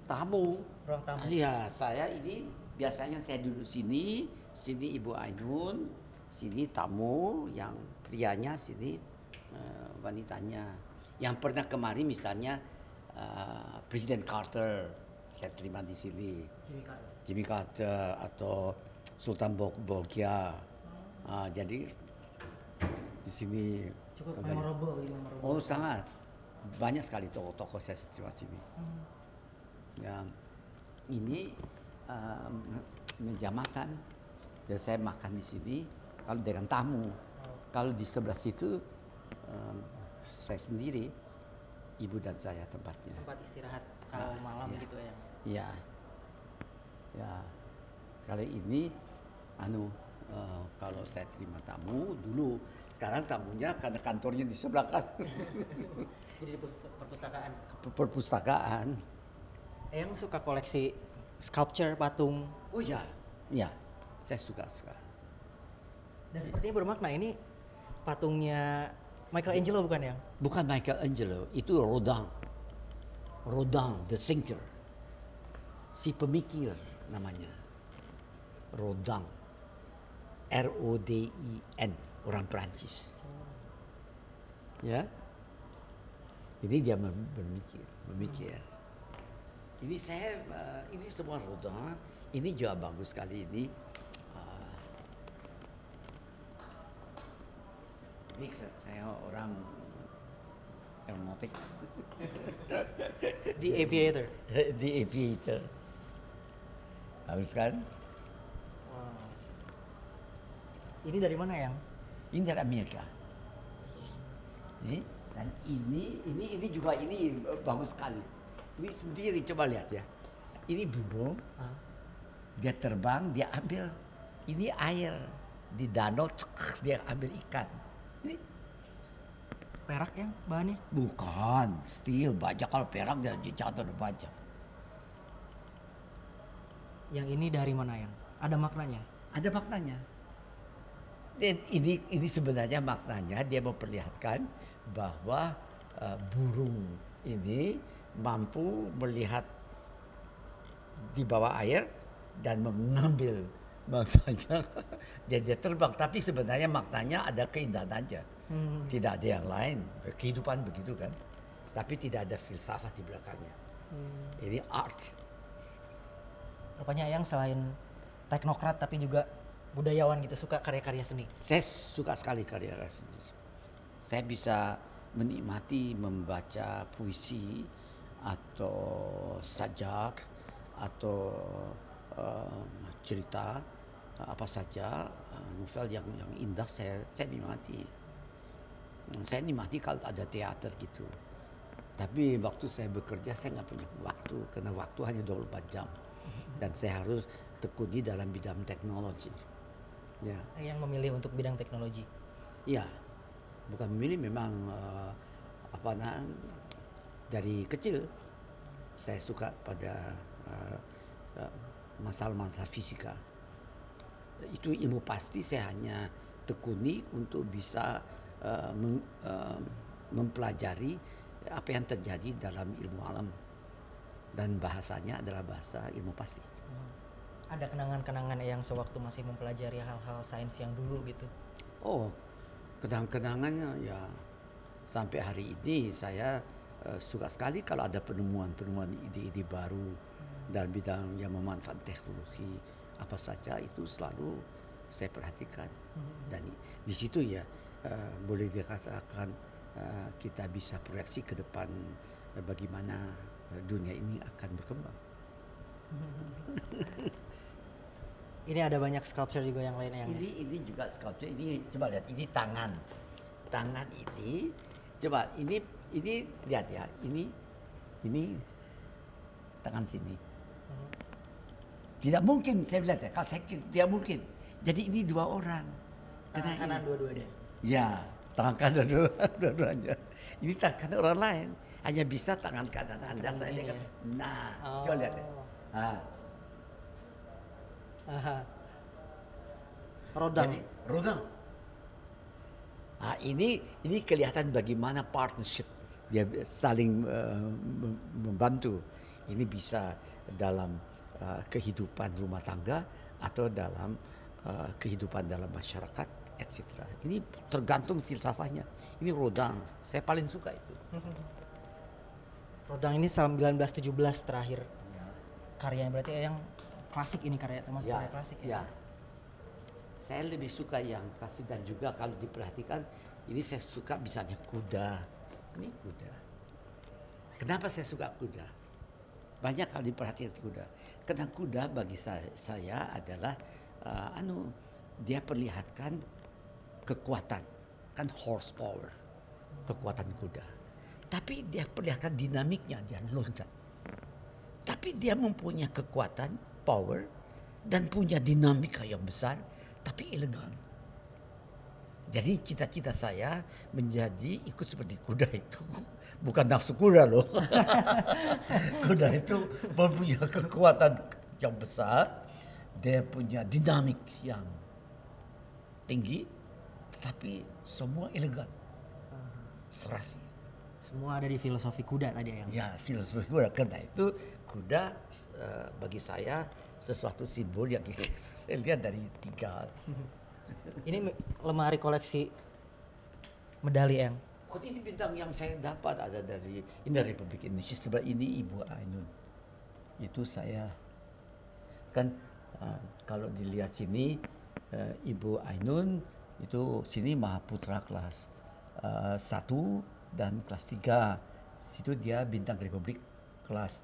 tamu. Ruang tamu. Iya, saya ini biasanya saya duduk sini Ibu Ainun, sini tamu, yang prianya sini wanitanya. Yang pernah kemari misalnya Presiden Carter, saya terima di sini. Jimmy Carter atau Sultan Bolkiah. Jadi di sini cukup memorable. Oh, sangat banyak sekali tokoh-tokoh saya terima sini. Ya, ini meja makan. Jadi saya makan di sini kalau dengan tamu. Kalau di sebelah situ saya sendiri, ibu dan saya tempatnya. Tempat istirahat kalau malam ya. gitu ya. Iya. Ya. Kalau ini kalau saya terima tamu dulu, sekarang tamunya karena kantornya di sebelah kan. Jadi di perpustakaan. Perpustakaan. Yang suka koleksi sculpture, patung. Oh ya, saya suka sekali. Dan sepertinya bermakna, ini patungnya Michelangelo bukan ya? Bukan Michelangelo, itu Rodin, the thinker, si pemikir namanya, Rodin, Rodin, orang Prancis. Ya, ini dia memikir. Ini saya, ini semua Rodin, ini juga bagus sekali ini. Ini saya orang aeronautics. The Aviator. The Aviator. Bagus kan? Wow. Ini dari mana yang? Ini dari Amerika. Dan ini juga ini bagus sekali. Ini sendiri, coba lihat ya. Ini burung, dia terbang, dia ambil, ini air di danau, dia ambil ikan. Ini perak ya bahannya? Bukan, steel, baja. Kalau perak dia jatuh di baja. Yang ini dari mana yang? Ada maknanya? Ada maknanya. Dan ini sebenarnya maknanya dia memperlihatkan bahwa burung ini mampu melihat di bawah air dan mengambil maksudnya dia terbang, tapi sebenarnya maknanya ada keindahan aja. Tidak ada yang lain. Kehidupan begitu kan, tapi tidak ada filsafat di belakangnya. Ini art. Rupanya yang selain teknokrat tapi juga budayawan gitu, suka karya-karya seni. Saya suka sekali karya-karya seni. Saya bisa menikmati membaca puisi atau sajak atau cerita apa saja, novel yang indah saya nikmati. Saya nikmati kalau ada teater gitu. Tapi waktu saya bekerja saya nggak punya waktu, karena waktu hanya 24 jam. Dan saya harus tekuni dalam bidang teknologi. Ya. Yang memilih untuk bidang teknologi. Iya, bukan memilih, memang dari kecil saya suka pada masalah-masalah fisika. Itu ilmu pasti saya hanya tekuni untuk bisa mempelajari apa yang terjadi dalam ilmu alam, dan bahasanya adalah bahasa ilmu pasti. Ada kenangan-kenangan yang sewaktu masih mempelajari hal-hal sains yang dulu gitu? Oh, kenangannya ya sampai hari ini saya suka sekali kalau ada penemuan ide-ide baru dalam bidang yang memanfaatkan teknologi apa saja, itu selalu saya perhatikan. Dan di situ ya boleh dikatakan kita bisa proyeksi ke depan bagaimana dunia ini akan berkembang. Ini ada banyak sculpture juga yang lainnya. Ini juga sculpture. Ini coba lihat, ini tangan ini. Coba ini lihat ya, ini tangan sini. Tidak mungkin, saya bilang ya, kalau saya tidak mungkin. Jadi ini dua orang. Tangan kanan dua-duanya. Ya, tangan kanan dua-duanya. Ini tangan kanan orang lain. Hanya bisa tangan kanan Anda saya. Ya? Nah, coba lihat ya. Rodang. Nah, ini kelihatan bagaimana partnership, dia saling membantu. Ini bisa dalam kehidupan rumah tangga atau dalam kehidupan dalam masyarakat, etc. Ini tergantung filsafahnya. Ini Rodin, saya paling suka itu. Rodin ini 1917 terakhir. Karyanya berarti yang klasik ini, karya termasuk karya klasik ya. Saya lebih suka yang klasik, dan juga kalau diperhatikan ini saya suka misalnya kuda. Ini kuda. Kenapa saya suka kuda? Banyak kalau diperhatikan kuda. Karena kuda bagi saya adalah dia perlihatkan kekuatan, kan horsepower, kekuatan kuda. Tapi dia perlihatkan dinamiknya, dia loncat. Tapi dia mempunyai kekuatan, power, dan punya dinamika yang besar, tapi elegan. Jadi cita-cita saya menjadi ikut seperti kuda itu. Bukan nafsu kuda loh. Kuda itu mempunyai kekuatan yang besar, dia punya dinamik yang tinggi, tetapi semua elegan, serasi. Semua ada di filosofi kuda tadi ya. Ya, filosofi kuda. Karena itu kuda bagi saya sesuatu simbol yang saya lihat dari 3 hal. Ini lemari koleksi medali yang. Kok ini bintang yang saya dapat ada dari Republik Indonesia, sebab ini Ibu Ainun. Itu saya kan kalau dilihat sini Ibu Ainun itu sini Mahaputra kelas 1 dan kelas 3. Situ dia bintang Republik kelas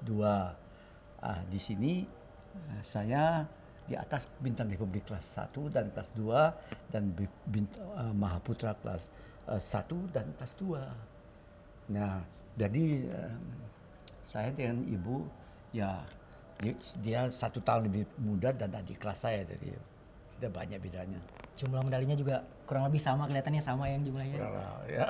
2. Di sini saya di atas bintang Republik kelas 1 dan kelas 2 dan Mahaputra kelas 1 dan kelas 2. Nah, jadi saya dengan ibu ya dia 1 tahun lebih muda dan adik kelas saya, jadi tidak banyak bedanya. Jumlah medalinya juga kurang lebih sama, kelihatannya sama yang jumlahnya. Ya.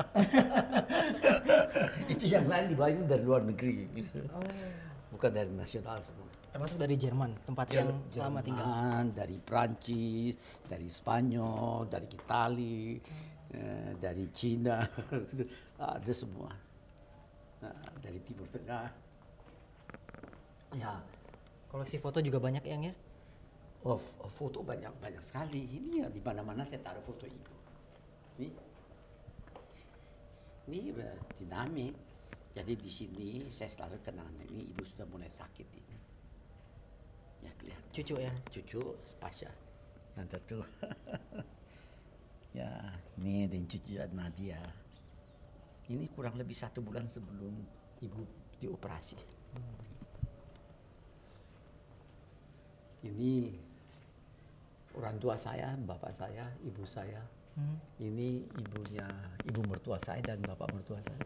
Itu yang lain dibawain dari luar negeri. Bukan dari nasional semua. Termasuk dari Jerman, tempat yang lama tinggal. Dari Prancis, dari Spanyol, dari Itali, dari Cina, ada semua. Dari Timur Tengah. Ya. Koleksi foto juga banyak yang ya? Foto banyak sekali. Ini ya di mana-mana saya taruh foto ibu. Ini dinamik. Jadi di sini saya selalu kenal ini ibu sudah mulai sakit ini. Ya kelihatan. Cucu ya? Cucu Pasha yang tertua. Ya, ini dan cucu Nadia. Ini kurang lebih 1 bulan sebelum ibu dioperasi. Ini orang tua saya, bapak saya, ibu saya. Ini ibu mertua saya dan bapak mertua saya.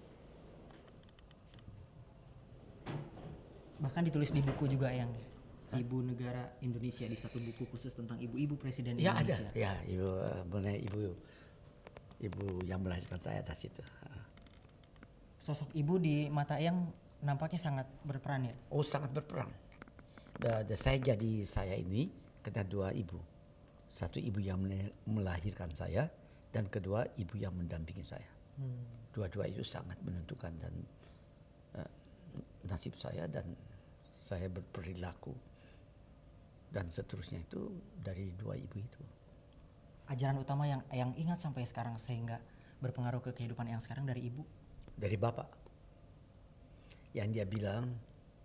Bahkan ditulis di buku juga yang Ibu Negara Indonesia, di satu buku khusus tentang ibu-ibu presiden Indonesia. Ya ada. Ibu yang melahirkan saya atas itu. Sosok ibu di mata Eyang nampaknya sangat berperan ya? Oh, sangat berperan. Saya ini kena 2 ibu. 1 ibu yang melahirkan saya, dan kedua ibu yang mendampingi saya. Dua-dua itu sangat menentukan dan nasib saya, dan saya berperilaku dan seterusnya itu dari 2 ibu itu. Ajaran utama yang ingat sampai sekarang sehingga berpengaruh ke kehidupan yang sekarang dari ibu? Dari bapak. Yang dia bilang,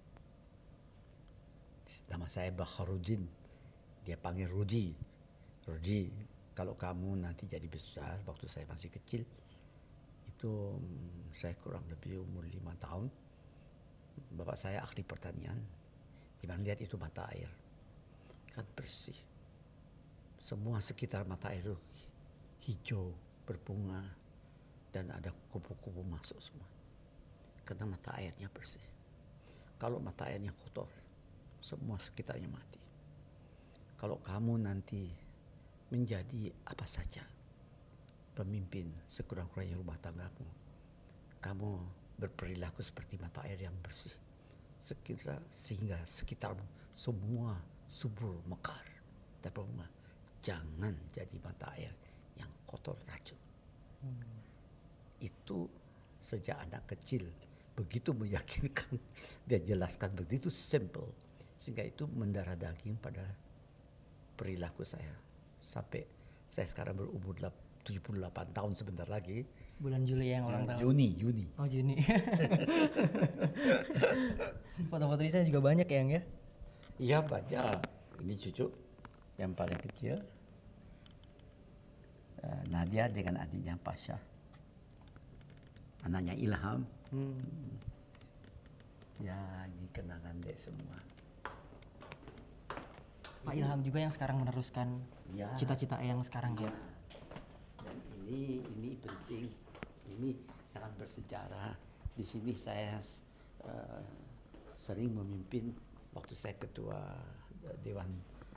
nama saya Bakharudin, dia panggil Rudi. Rudi, kalau kamu nanti jadi besar, waktu saya masih kecil, itu saya kurang lebih umur 5 tahun. Bapak saya ahli pertanian, dimana lihat itu mata air, kan bersih. Semua sekitar mata air itu hijau, berbunga, dan ada kupu-kupu masuk semua. Karena mata airnya bersih. Kalau mata airnya kotor, semua sekitarnya mati. Kalau kamu nanti menjadi apa saja, pemimpin sekurang-kurangnya rumah tanggamu, kamu berperilaku seperti mata air yang bersih, sehingga sekitarmu semua subur, mekar, dan berbunga. Jangan jadi mata air yang kotor, racun. Itu sejak anak kecil begitu meyakinkan, dia jelaskan begitu simple, sehingga itu mendarah daging pada perilaku saya. Sampai saya sekarang berumur 78 tahun sebentar lagi. Bulan Juli yang orang tahu. Juni. Oh Juni. Foto-foto di sana juga banyak ya, Yang ya? Iya banyak. Ini cucu yang paling kecil. Nadia dengan adiknya Pasha. Anaknya Ilham. Ya ini kenangan deh semua. Pak Ilham juga yang sekarang meneruskan Ya. cita-cita yang sekarang ya. Dan ini penting. Ini sangat bersejarah. Di sini saya sering memimpin waktu saya ketua Dewan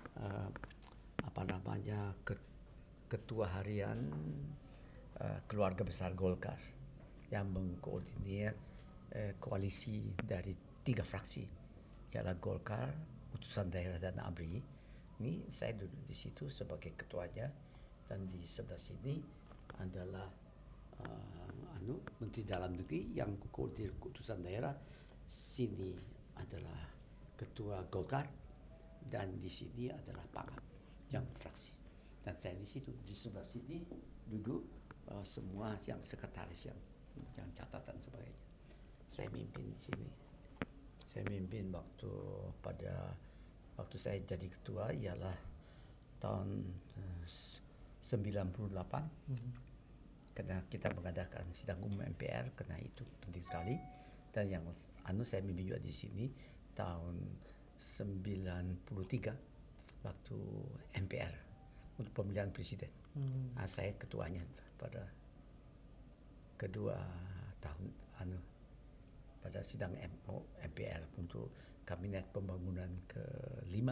ketua harian keluarga besar Golkar yang mengkoordinir koalisi dari 3 fraksi, ialah Golkar, Utusan Daerah dan ABRI. Ini saya duduk di situ sebagai ketuanya, dan di sebelah sini adalah Menteri Dalam Negeri yang koordinir Utusan Daerah. Sini adalah ketua Golkar dan di sini adalah Pangat yang fraksi. Dan saya di situ, di sebelah sini duduk semua yang sekretaris yang catatan sebagainya. Saya mimpin di sini. Saya mimpin waktu saya jadi ketua ialah tahun 98. Karena kita mengadakan sidang umum MPR, karena itu penting sekali. Dan yang saya mimpin juga di sini tahun 93 waktu MPR untuk pemilihan presiden. Saya ketuanya pada kedua tahun pada sidang MPR untuk kabinet pembangunan ke-6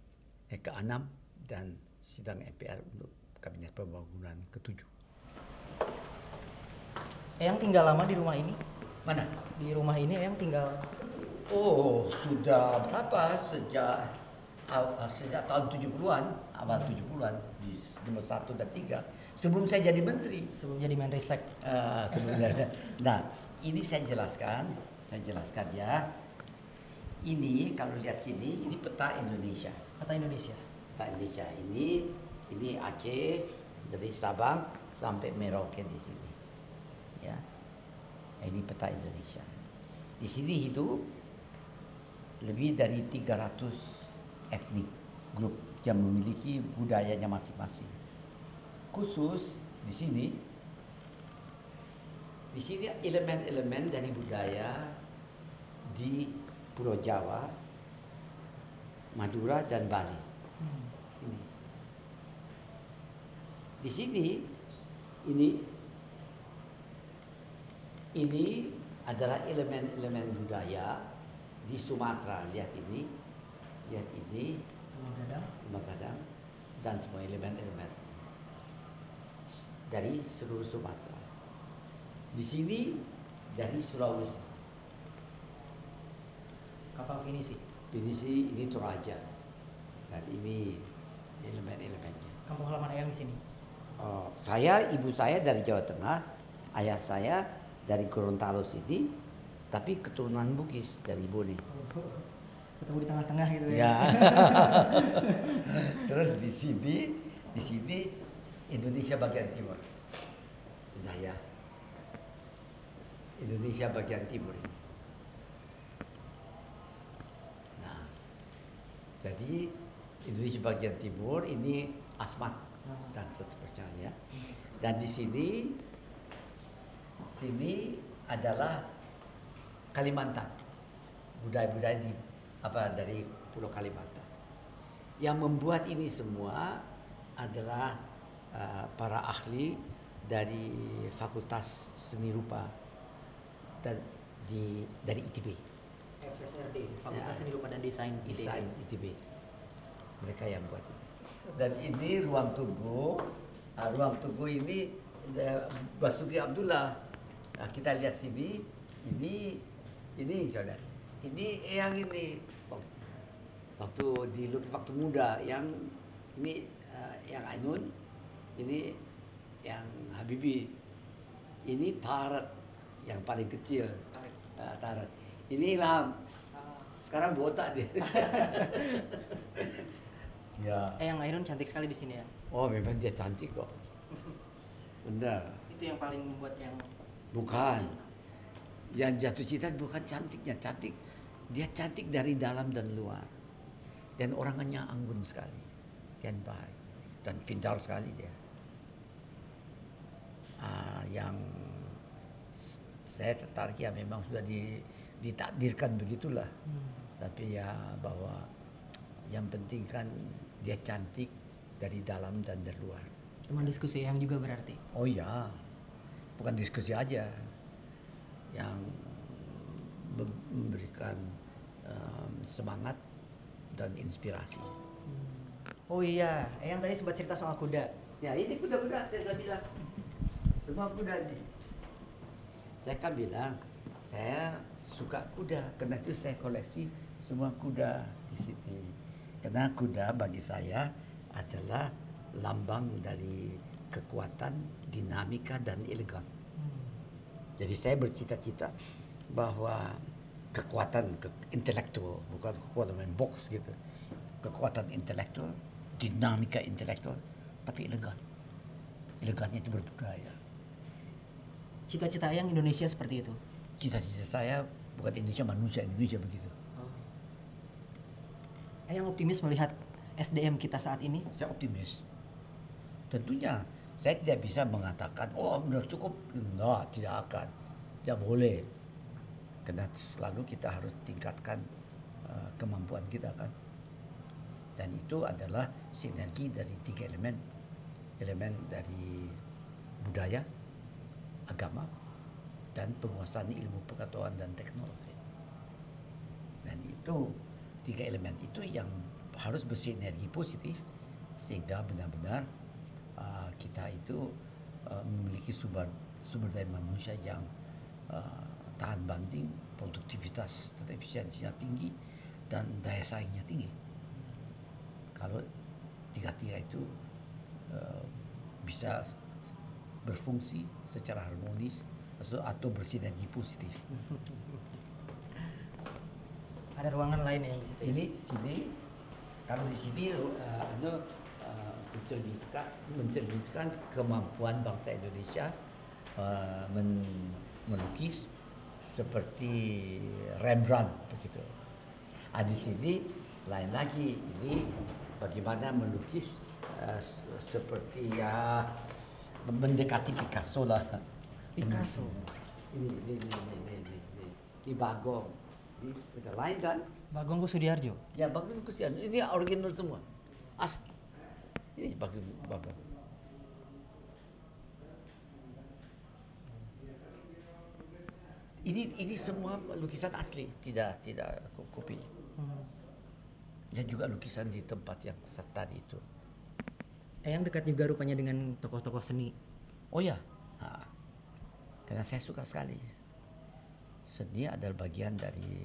dan sidang MPR untuk kabinet pembangunan ke-7. Eyang tinggal lama di rumah ini? Mana? Di rumah ini Eyang tinggal? Oh, sudah berapa? Sejak tahun 70-an, awal 70-an, di nomor 1 dan 3, sebelum saya jadi menteri. Sebelum jadi Menristek. Nah, ini saya jelaskan ya. Ini kalau lihat sini, ini peta Indonesia. Peta Indonesia. Peta Indonesia ini Aceh dari Sabang sampai Merauke di sini. Ya. Ini peta Indonesia. Di sini hidup lebih dari 300 etnik grup yang memiliki budayanya masing-masing. Khusus di sini elemen-elemen dari budaya di Pulau Jawa, Madura dan Bali. Ini. Di sini ini adalah elemen-elemen budaya di Sumatera. Lihat ini Magadang dan semua elemen-elemen dari seluruh Sumatera. Di sini dari Sulawesi. Kapal Pinisi. Ini Toraja. Dan ini elemen-elemennya. Kampung halaman Eyang di sini. Ibu saya dari Jawa Tengah, ayah saya dari Gorontalo sini, tapi keturunan Bugis dari Bone. Ketemu di tengah-tengah gitu ya. Ya. Terus di sini Indonesia bagian timur. Nah ya. Indonesia bagian timur ini. Nah. Jadi Indonesia bagian timur ini Asmat dan seterusnya ya. Dan di sini adalah Kalimantan. Budaya-budaya dari Pulau Kalimantan. Yang membuat ini semua adalah para ahli dari Fakultas Seni Rupa dan dari ITB. FSRD, Fakultas Seni Rupa dan Desain ITB. Mereka yang buat ini. Dan ini ruang tunggu. Ruang tunggu ini Basuki Abdullah. Nah, kita lihat sini. Ini saudara. Ini yang ini waktu muda, yang ini yang Ainun, ini yang Habibie, ini Tarik yang paling kecil, Taran. Ini Ilham. Sekarang botak dia. Ya. Yang Ainun cantik sekali di sini ya. Oh, memang dia cantik kok. Benar. Itu yang paling membuat yang Bukan. Yang jatuh cinta bukan cantiknya, cantik. Dia cantik dari dalam dan luar. Dan orangnya anggun sekali. Dan baik. Dan pintar sekali dia. Yang saya tertarik ya memang sudah ditakdirkan begitulah. Tapi ya bahwa yang penting kan dia cantik dari dalam dan dari luar. teman diskusi yang juga berarti. Oh ya, bukan diskusi aja yang memberikan semangat dan inspirasi. Oh iya, yang tadi sempat cerita soal kuda. Ya ini kuda-kuda saya sudah bilang, semua kuda ini. Saya kan bilang saya suka kuda, karena itu saya koleksi semua kuda di sini. Karena kuda bagi saya adalah lambang dari kekuatan, dinamika dan elegan. Jadi saya bercita-cita bahwa kekuatan intelektual, bukan kekuatan main box gitu. Kekuatan intelektual, dinamika intelektual, tapi elegan. Elegannya itu berbudaya. Cita-cita yang Indonesia seperti itu. Cita-cita saya bukan Indonesia, manusia Indonesia begitu. Yang optimis melihat SDM kita saat ini. Saya optimis. Tentunya saya tidak bisa mengatakan, oh sudah cukup. Nah, tidak akan. Tidak boleh. Karena selalu kita harus tingkatkan kemampuan kita kan. Dan itu adalah sinergi dari 3 elemen. Elemen dari budaya, agama, dan penguasaan ilmu pengetahuan dan teknologi. Dan itu 3 elemen itu yang harus bersinergi positif sehingga benar-benar kita itu memiliki sumber daya manusia yang tahan banting, produktivitas dan efisiensinya tinggi dan daya saingnya tinggi. Kalau 3 itu bisa berfungsi secara harmonis atau bersinergi positif. Ada ruangan lain yang di situ. Ini sini, kalau di sini mencerminkan kemampuan bangsa Indonesia melukis seperti Rembrandt begitu. Di sini lain lagi, ini bagaimana melukis seperti ya mendekati Picasso lah. Picasso. Ini Bagong. Ini udah lain kan? Bagong Kussudiardja. Ya Bagong Kussudiardja. Ini original semua. Asli. Ini Bagong. Ini semua lukisan asli, tidak kopi. Dan juga lukisan di tempat yang tadi itu. Yang dekat juga rupanya dengan tokoh-tokoh seni. Oh ya, karena saya suka sekali. Seni adalah bagian dari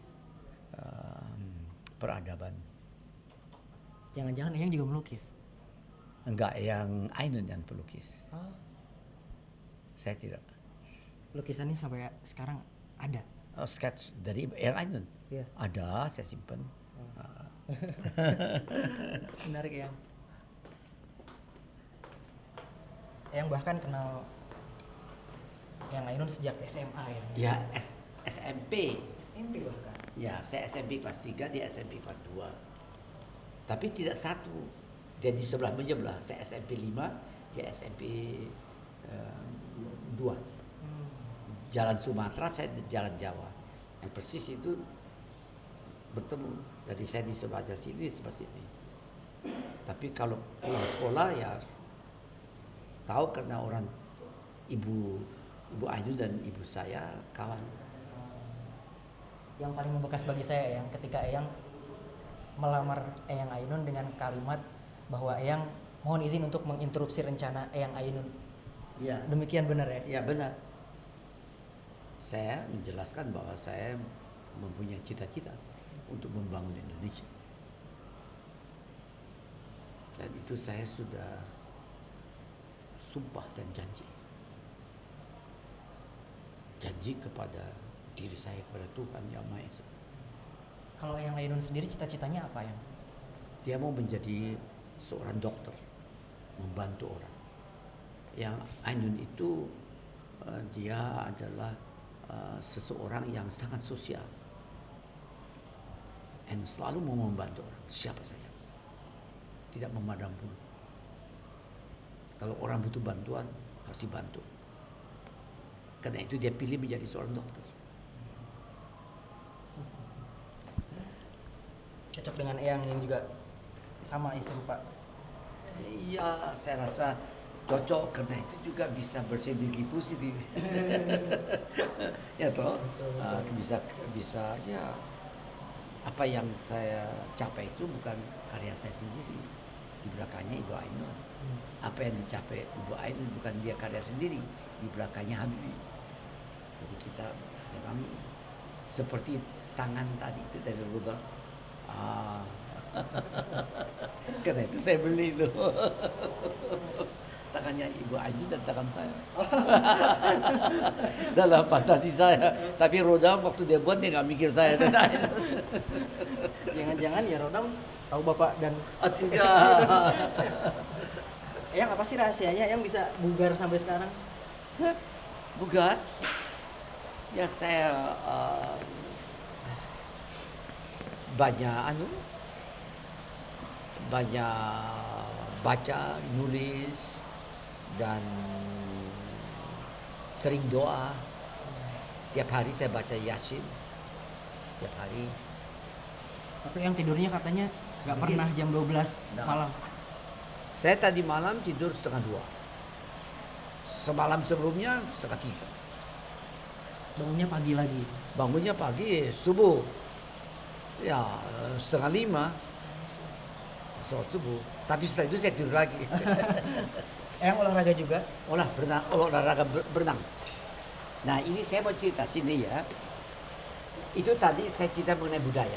peradaban. Jangan-jangan Eyang juga melukis? Enggak, yang Ainun yang pelukis. Oh. Saya tidak. Lukisannya sampai sekarang ada? Oh, sketch dari yang Ainun? Iya. Ada, saya simpan. Menarik ya. Yang bahkan kenal yang Ainun sejak SMA ya? Ya, SMP. SMP bahkan? Ya, saya SMP kelas 3, dia SMP kelas 2. Tapi tidak satu. Dia di sebelah menyebelah. Saya SMP 5, dia SMP 2. Jalan Sumatera, saya di Jalan Jawa. Yang persis itu bertemu. Jadi saya di sebelah sini, di sebelah sini. Tapi kalau pulang sekolah ya tahu karena orang ibu Ainun dan ibu saya kawan. Yang paling membekas bagi saya yang ketika Eyang melamar Eyang Ainun dengan kalimat bahwa Eyang mohon izin untuk menginterupsi rencana Eyang Ainun. Iya. Demikian benar ya? Ya benar. Saya menjelaskan bahwa saya mempunyai cita-cita untuk membangun Indonesia. Dan itu saya sudah sumpah dan janji. Janji kepada diri saya kepada Tuhan Yang Maha Esa. Kalau Eyang Ainun sendiri cita-citanya apa yang? Dia mau menjadi seorang dokter, membantu orang. Yang Ainun itu dia adalah seseorang yang sangat sosial, dan selalu mau membantu orang, siapa saja, tidak memandang bulu. Kalau orang butuh bantuan harus dibantu. Karena itu dia pilih menjadi seorang dokter. Cocok dengan Eyang yang juga sama serupa. Iya, saya rasa cocok karena itu juga bisa bersinergi positif. Ya toh, bisa ya. Apa yang saya capai itu bukan karya saya sendiri, di belakangnya Ibu Ainun. Apa yang dicapai Ibu Ainun bukan dia karya sendiri, di belakangnya Habibie. Jadi kita memang seperti tangan tadi itu dari lubang. Karena itu saya beli itu. Tangannya Ibu Ainun dan tangan saya. Dalam fantasi saya. Tapi Rodam waktu dia buat dia nggak mikir saya. Jangan-jangan ya Rodam tahu Bapak dan Tidak. Eyang apa sih rahasianya yang bisa bugar sampai sekarang? Bukan. Ya saya banyak baca, nulis, dan sering doa. Tiap hari saya baca Yasin. Tiap hari. Tapi yang tidurnya katanya nggak pernah jam 12 malam. Saya tadi malam tidur 1:30. Semalam sebelumnya 2:30. Bangunnya pagi lagi. Bangunnya pagi, subuh. Ya, 4:30. Sholat subuh. Tapi setelah itu saya tidur lagi. Eyang olahraga juga? Olahraga berenang. Nah, ini saya mau cerita sini ya. Itu tadi saya cerita mengenai budaya.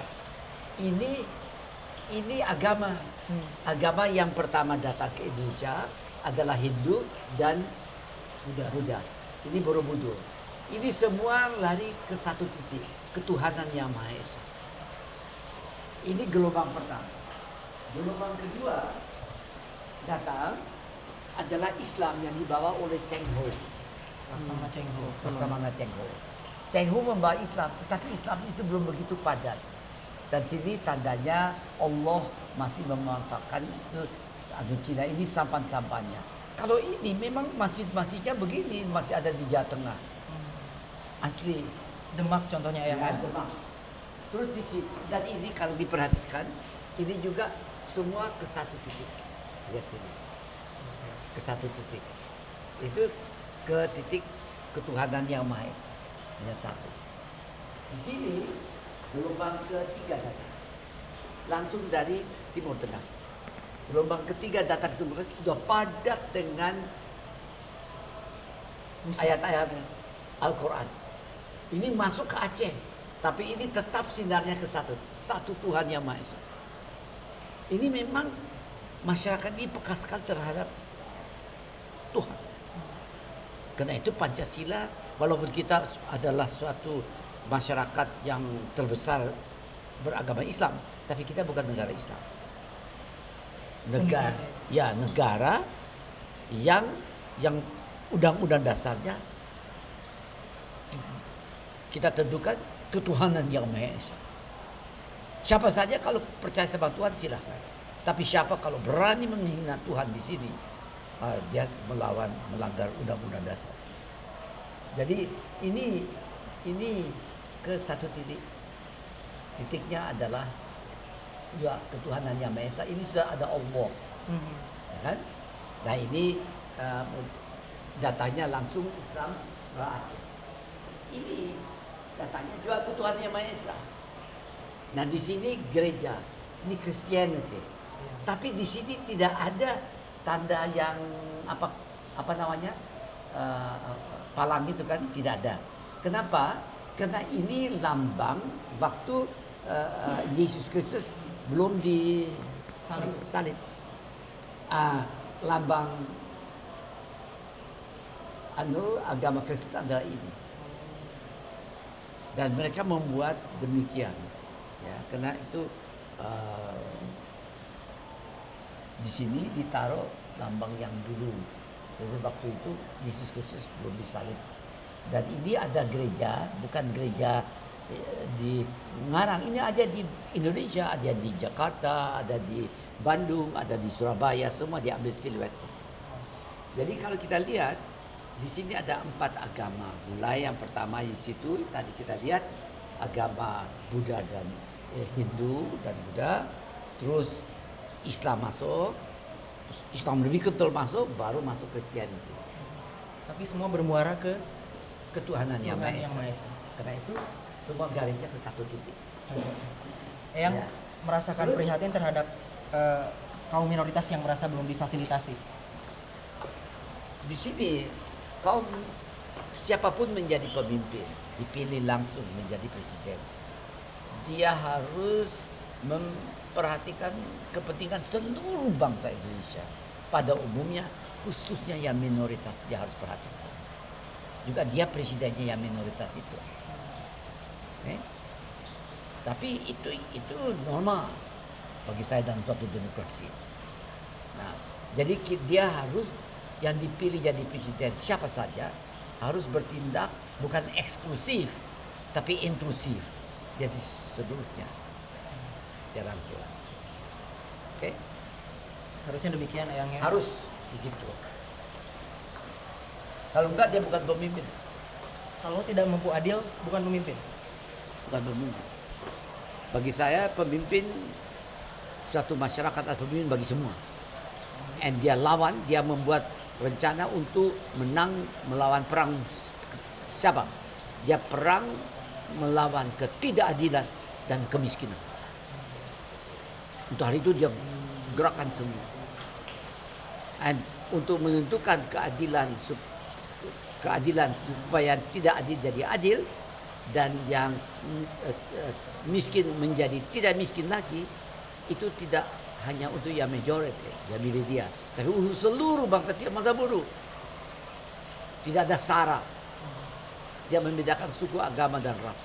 Ini agama. Agama yang pertama datang ke Indonesia adalah Hindu dan Buddha. Ini Borobudur. Ini semua lari ke satu titik, ketuhanan Yang Maha Esa. Ini gelombang pertama. Gelombang kedua datang adalah Islam yang dibawa oleh Cheng Ho. Laksamana Cheng Ho. Cheng Ho membawa Islam, tetapi Islam itu belum begitu padat. Dan sini tandanya Allah masih memanfaatkan itu Cina ini sampan-sampannya. Kalau ini memang masjid-masjidnya begini, masih ada di Jawa Tengah. Asli. Demak contohnya Eyang. Ya, Demak. Terus di sini, dan ini kalau diperhatikan, ini juga semua ke satu titik. Lihat sini. Ke satu titik. Itu ke titik ketuhanan Yang Maha Esa. Hanya satu. Di sini gelombang ketiga datang. Langsung dari Timur Tengah. Gelombang ketiga datang ke Timur Tengah sudah padat dengan ayat-ayat Al-Quran. Ini masuk ke Aceh, tapi ini tetap sinarnya ke satu Tuhan Yang Maha Esa. Ini memang masyarakat ini peka sekali terhadap Tuhan. Karena itu Pancasila, walaupun kita adalah suatu masyarakat yang terbesar beragama Islam, tapi kita bukan negara Islam. Negara yang undang-undang dasarnya kita tentukan ketuhanan Yang Maha Esa. Siapa saja kalau percaya sama Tuhan silahkan. Tapi siapa kalau berani menghina Tuhan di sini, dia melanggar undang-undang dasar. Jadi ini ke satu titik. Titiknya adalah ya ketuhanan Yang Maha Esa. Ini sudah ada Allah, ya kan? Nah ini datanya langsung Islam ke Aceh. Ini datanya juga ketuhanan Yang Maha Esa. Nah di sini gereja, ini Christianity. Tapi di sini tidak ada tanda yang apa namanya palang itu kan tidak ada. Kenapa? Karena ini lambang waktu Yesus Kristus belum disalib. Lambang agama Kristen adalah ini. Dan mereka membuat demikian, ya, karena itu di sini ditaruh lambang yang dulu. Jadi waktu itu Yesus Kristus belum disalib. Dan ini ada gereja, bukan gereja di Ngarang. Ini ada di Indonesia, ada di Jakarta, ada di Bandung, ada di Surabaya, semua diambil siluet. Jadi kalau kita lihat di sini ada 4 agama. Mulai yang pertama di situ tadi kita lihat agama Buddha dan Hindu dan Buddha, terus Islam masuk, terus Islam lebih kental masuk, baru masuk Kristiani. Tapi semua bermuara ke Ketuhanan yang Maha Yang Maha Esa. Esa. Karena itu semua garisnya ke satu titik. Yang Ya. merasakan prihatin terhadap kaum minoritas yang merasa belum difasilitasi. Di sini kaum siapapun menjadi pemimpin, dipilih langsung menjadi presiden, dia harus memperhatikan kepentingan seluruh bangsa Indonesia. Pada umumnya, khususnya yang minoritas dia harus perhatikan. Juga dia presidennya yang minoritas itu. Tapi itu normal bagi saya dalam suatu demokrasi. Nah, jadi dia harus yang dipilih jadi presiden siapa saja harus bertindak bukan eksklusif tapi inklusif. Jadi seluruhnya dia rangkul. Oke? Harusnya demikian Eyangnya. Harus begitu. Kalau enggak dia bukan pemimpin. Kalau tidak mampu adil bukan pemimpin. Bukan pemimpin. Bagi saya pemimpin suatu masyarakat adalah pemimpin bagi semua. And dia lawan, dia membuat rencana untuk menang melawan perang siapa? Dia perang melawan ketidakadilan dan kemiskinan. Untuk hari itu dia gerakan semua. And untuk menentukan keadilan supaya tidak adil jadi adil dan yang miskin menjadi tidak miskin lagi, itu tidak hanya untuk yang majority, yang milih dia, tapi untuk seluruh bangsa, tidak masa bodoh. Tidak ada sara. Dia membedakan suku, agama dan ras.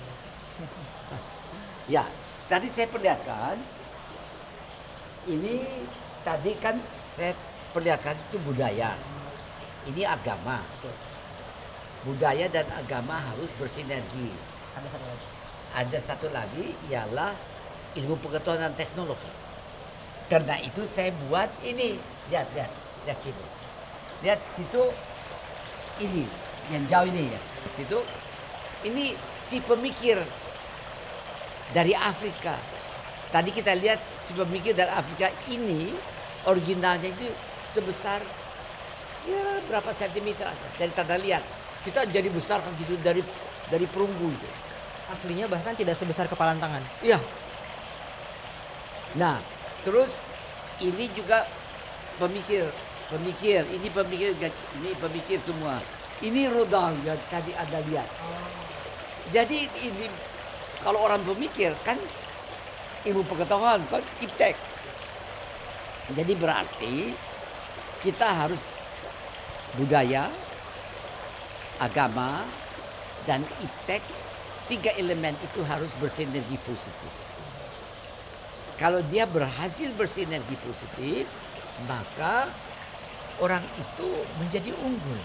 Ya, tadi saya perlihatkan. Ini tadi kan saya perlihatkan itu budaya. Ini agama. Budaya dan agama harus bersinergi. Ada satu lagi ialah ilmu pengetahuan dan teknologi. Karena itu saya buat ini. Lihat situ. Lihat situ ini yang jauh ini ya. Situ ini si pemikir dari Afrika. Tadi kita lihat si pemikir dari Afrika ini originalnya itu sebesar ya berapa sentimeter dari tanda lihat. Kita jadi besar kan gitu dari perunggu itu. Aslinya bahkan tidak sebesar kepalan tangan. Iya. Nah, terus ini juga pemikir, ini pemikir semua. Ini roda yang tadi Anda lihat. Jadi ini kalau orang pemikir kan ilmu pengetahuan kan iptek. Jadi berarti kita harus budaya, agama dan iptek, 3 elemen itu harus bersinergi positif. Kalau dia berhasil bersinergi positif, maka orang itu menjadi unggul.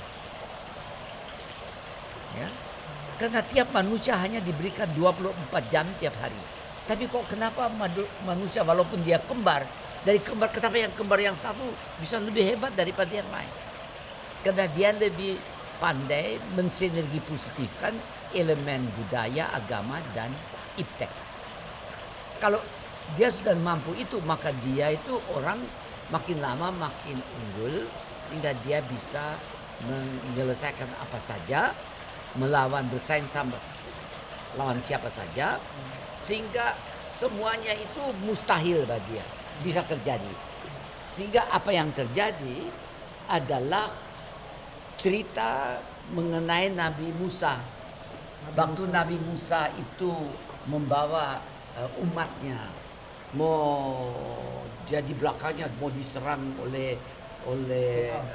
Ya. Karena tiap manusia hanya diberikan 24 jam tiap hari. Tapi kok kenapa manusia walaupun dia kembar, dari kembar kenapa yang kembar yang satu bisa lebih hebat daripada yang lain? Karena dia lebih pandai mensinergi positifkan elemen budaya, agama dan iptek. Kalau dia sudah mampu itu, maka dia itu orang makin lama makin unggul sehingga dia bisa menyelesaikan apa saja, melawan bersaing tambah lawan siapa saja, sehingga semuanya itu mustahil bagi dia bisa terjadi. Sehingga apa yang terjadi adalah cerita mengenai Nabi Musa. Waktu Nabi Musa itu membawa umatnya mau jadi belakangnya mau diserang oleh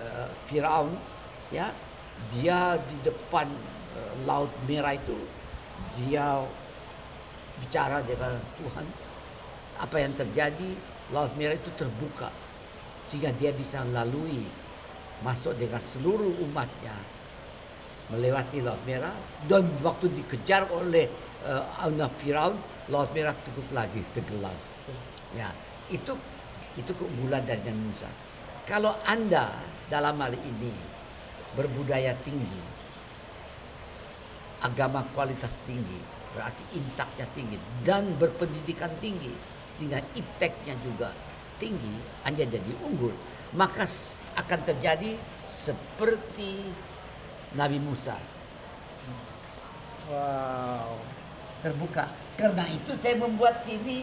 Firaun, ya, dia di depan Laut Merah itu dia bicara dengan Tuhan, apa yang terjadi, Laut Merah itu terbuka sehingga dia bisa lalui, masuk dengan seluruh umatnya melewati Laut Merah, dan waktu dikejar oleh anak Firaun, Laut Merah tutup lagi, tenggelam. Ya, itu keunggulan dari Nabi Musa. Kalau Anda dalam hal ini berbudaya tinggi, agama kualitas tinggi, berarti impaknya tinggi dan berpendidikan tinggi, sehingga impaknya juga tinggi, Anda jadi unggul, maka akan terjadi seperti Nabi Musa. Wow. Terbuka. Karena itu saya membuat sini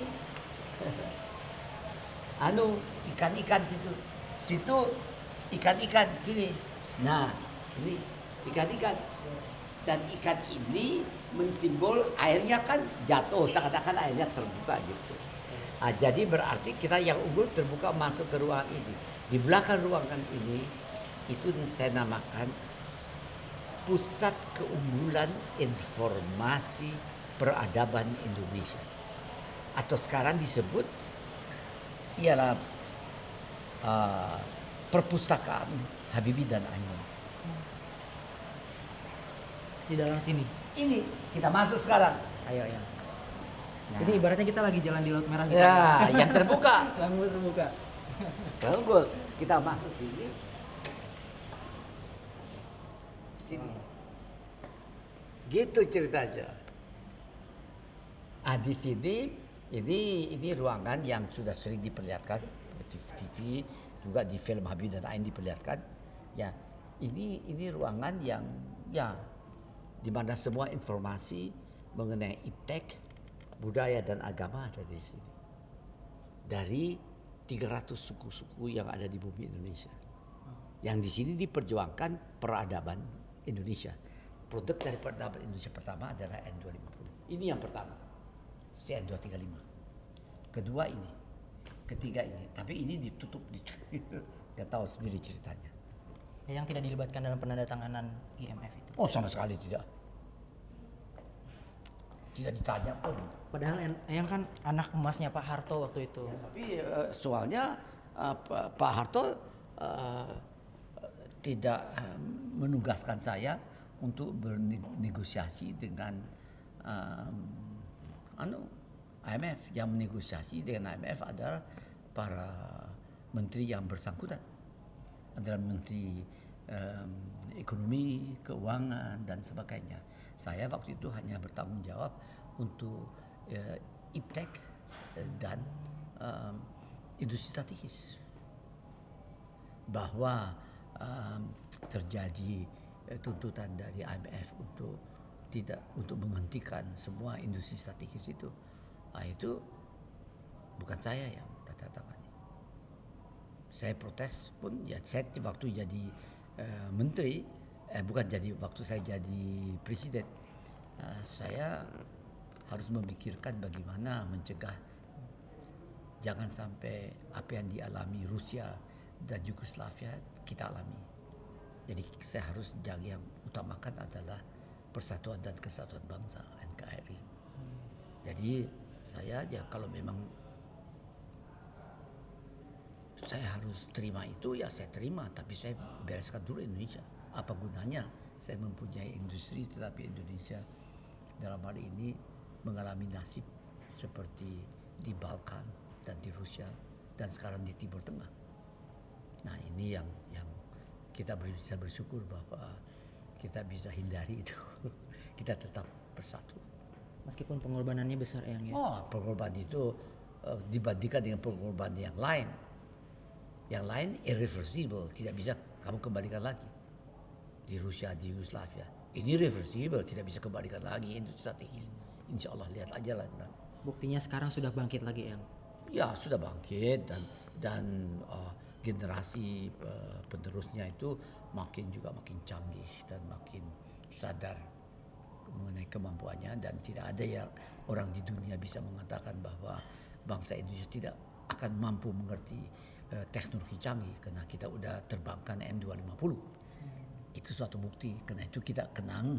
ikan-ikan situ. Situ ikan-ikan sini. Nah, ini ikan-ikan. Dan ikan ini mensimbol airnya kan jatuh, seakan-akan airnya terbuka gitu. Nah, jadi berarti kita yang unggul terbuka masuk ke ruang ini. Di belakang ruangan ini itu saya namakan Pusat Keunggulan Informasi Peradaban Indonesia, atau sekarang disebut ialah Perpustakaan Habibie dan Ainun. Di dalam sini. Ini kita masuk sekarang. Ayo. Nah. Ini ibaratnya kita lagi jalan di Laut Merah gitu. Ya, yang terbuka. Lampu terbuka. Kalau kita masuk sini, gitu ceritanya. Di sini ini ruangan yang sudah sering diperlihatkan di TV, juga di film Habibie dan Ainun diperlihatkan. Ya, ini ruangan yang ya di mana semua informasi mengenai iptek, budaya dan agama ada di sini. Dari 300 suku-suku yang ada di bumi Indonesia. Yang di sini diperjuangkan peradaban Indonesia. Produk dari peradaban Indonesia pertama adalah N250. Ini yang pertama. CN235. Kedua ini. Ketiga ini. Tapi ini ditutup. Ya tahu sendiri ceritanya. Yang tidak dilibatkan dalam penandatanganan IMF itu. Oh, sama sekali tidak. Tidak ditanya pun. Padahal yang kan anak emasnya Pak Harto waktu itu. Ya, tapi soalnya Pak Harto tidak menugaskan saya untuk bernegosiasi dengan IMF. Yang menegosiasi dengan IMF adalah para menteri yang bersangkutan, adalah menteri ekonomi, keuangan dan sebagainya. Saya waktu itu hanya bertanggung jawab untuk iptek dan industri strategis. Bahwa terjadi tuntutan dari IMF untuk menghentikan semua industri strategis itu. Itu bukan saya yang tanda tangani. Saya protes pun ya, saya waktu jadi menteri, waktu saya jadi presiden, saya harus memikirkan bagaimana mencegah jangan sampai apa yang dialami Rusia dan Yugoslavia kita alami. Jadi saya harus yang utamakan adalah persatuan dan kesatuan bangsa NKRI. Jadi saya kalau memang saya harus terima itu ya saya terima, tapi saya bereskan dulu Indonesia. Apa gunanya saya mempunyai industri tetapi Indonesia dalam hal ini mengalami nasib seperti di Balkan dan di Rusia dan sekarang di Timur Tengah. Nah, ini yang kita bisa bersyukur bahwa kita bisa hindari itu. Kita tetap bersatu. Meskipun pengorbanannya besar ya. Oh, pengorbanan itu dibandingkan dengan pengorbanan yang lain. Yang lain irreversible, tidak bisa kamu kembalikan lagi. Di Rusia, di Yugoslavia. Ini reversible, tidak bisa kembalikan lagi, itu strategis. Insya Allah lihat aja lah. Buktinya sekarang sudah bangkit lagi yang. Ya sudah bangkit dan generasi penerusnya itu makin canggih dan makin sadar mengenai kemampuannya, dan tidak ada yang orang di dunia bisa mengatakan bahwa bangsa Indonesia tidak akan mampu mengerti teknologi canggih karena kita udah terbangkan N250. Itu suatu bukti. Karena itu kita kenang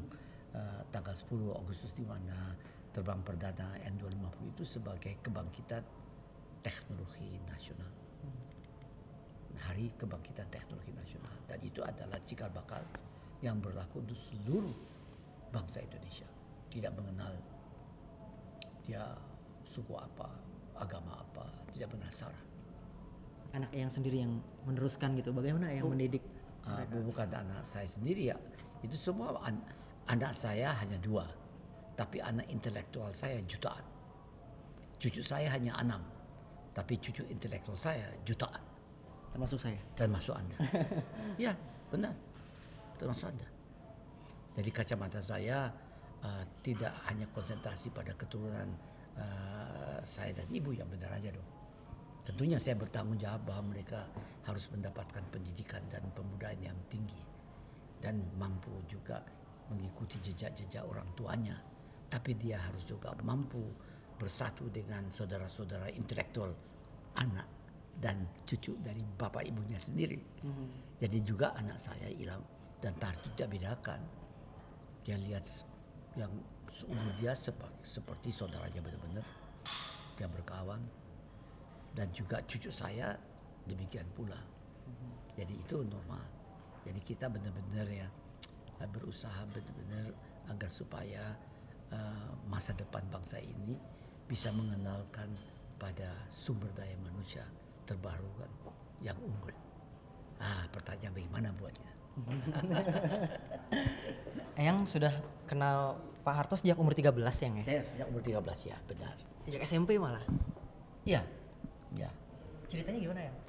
tanggal 10 Agustus di mana terbang perdana N250 itu sebagai kebangkitan teknologi nasional. Hari Kebangkitan Teknologi Nasional, dan itu adalah cikal bakal yang berlaku untuk seluruh bangsa Indonesia, tidak mengenal dia suku apa, agama apa, tidak mengenal sara. Anak Eyang sendiri yang meneruskan gitu, bagaimana Eyang mendidik mereka? Bukan anak saya sendiri ya, itu semua anak saya hanya 2, tapi anak intelektual saya jutaan. Cucu saya hanya 6, tapi cucu intelektual saya jutaan. Termasuk saya. Termasuk Anda. Ya, benar. Termasuk Anda. Jadi kacamata saya tidak hanya konsentrasi pada keturunan saya dan ibu, yang benar aja dong. Tentunya saya bertanggung jawab bahwa mereka harus mendapatkan pendidikan dan pembudayaan yang tinggi dan mampu juga mengikuti jejak-jejak orang tuanya. Tapi dia harus juga mampu bersatu dengan saudara-saudara intelektual anak dan cucu dari bapak ibunya sendiri. Jadi juga anak saya Ilham dan Tartu tidak bedakan. Dia lihat yang seumur dia seperti saudaranya benar-benar. Dia berkawan. Dan juga cucu saya demikian pula. Jadi itu normal. Jadi kita benar-benar ya berusaha benar-benar agar supaya masa depan bangsa ini bisa mengenalkan pada sumber daya manusia terbarukan yang unggul. Pertanyaan bagaimana buatnya? Eyang sudah kenal Pak Harto sejak umur 13 ya? Saya sejak umur 13 ya, benar. Sejak SMP malah? Iya, ya. Ceritanya gimana ya?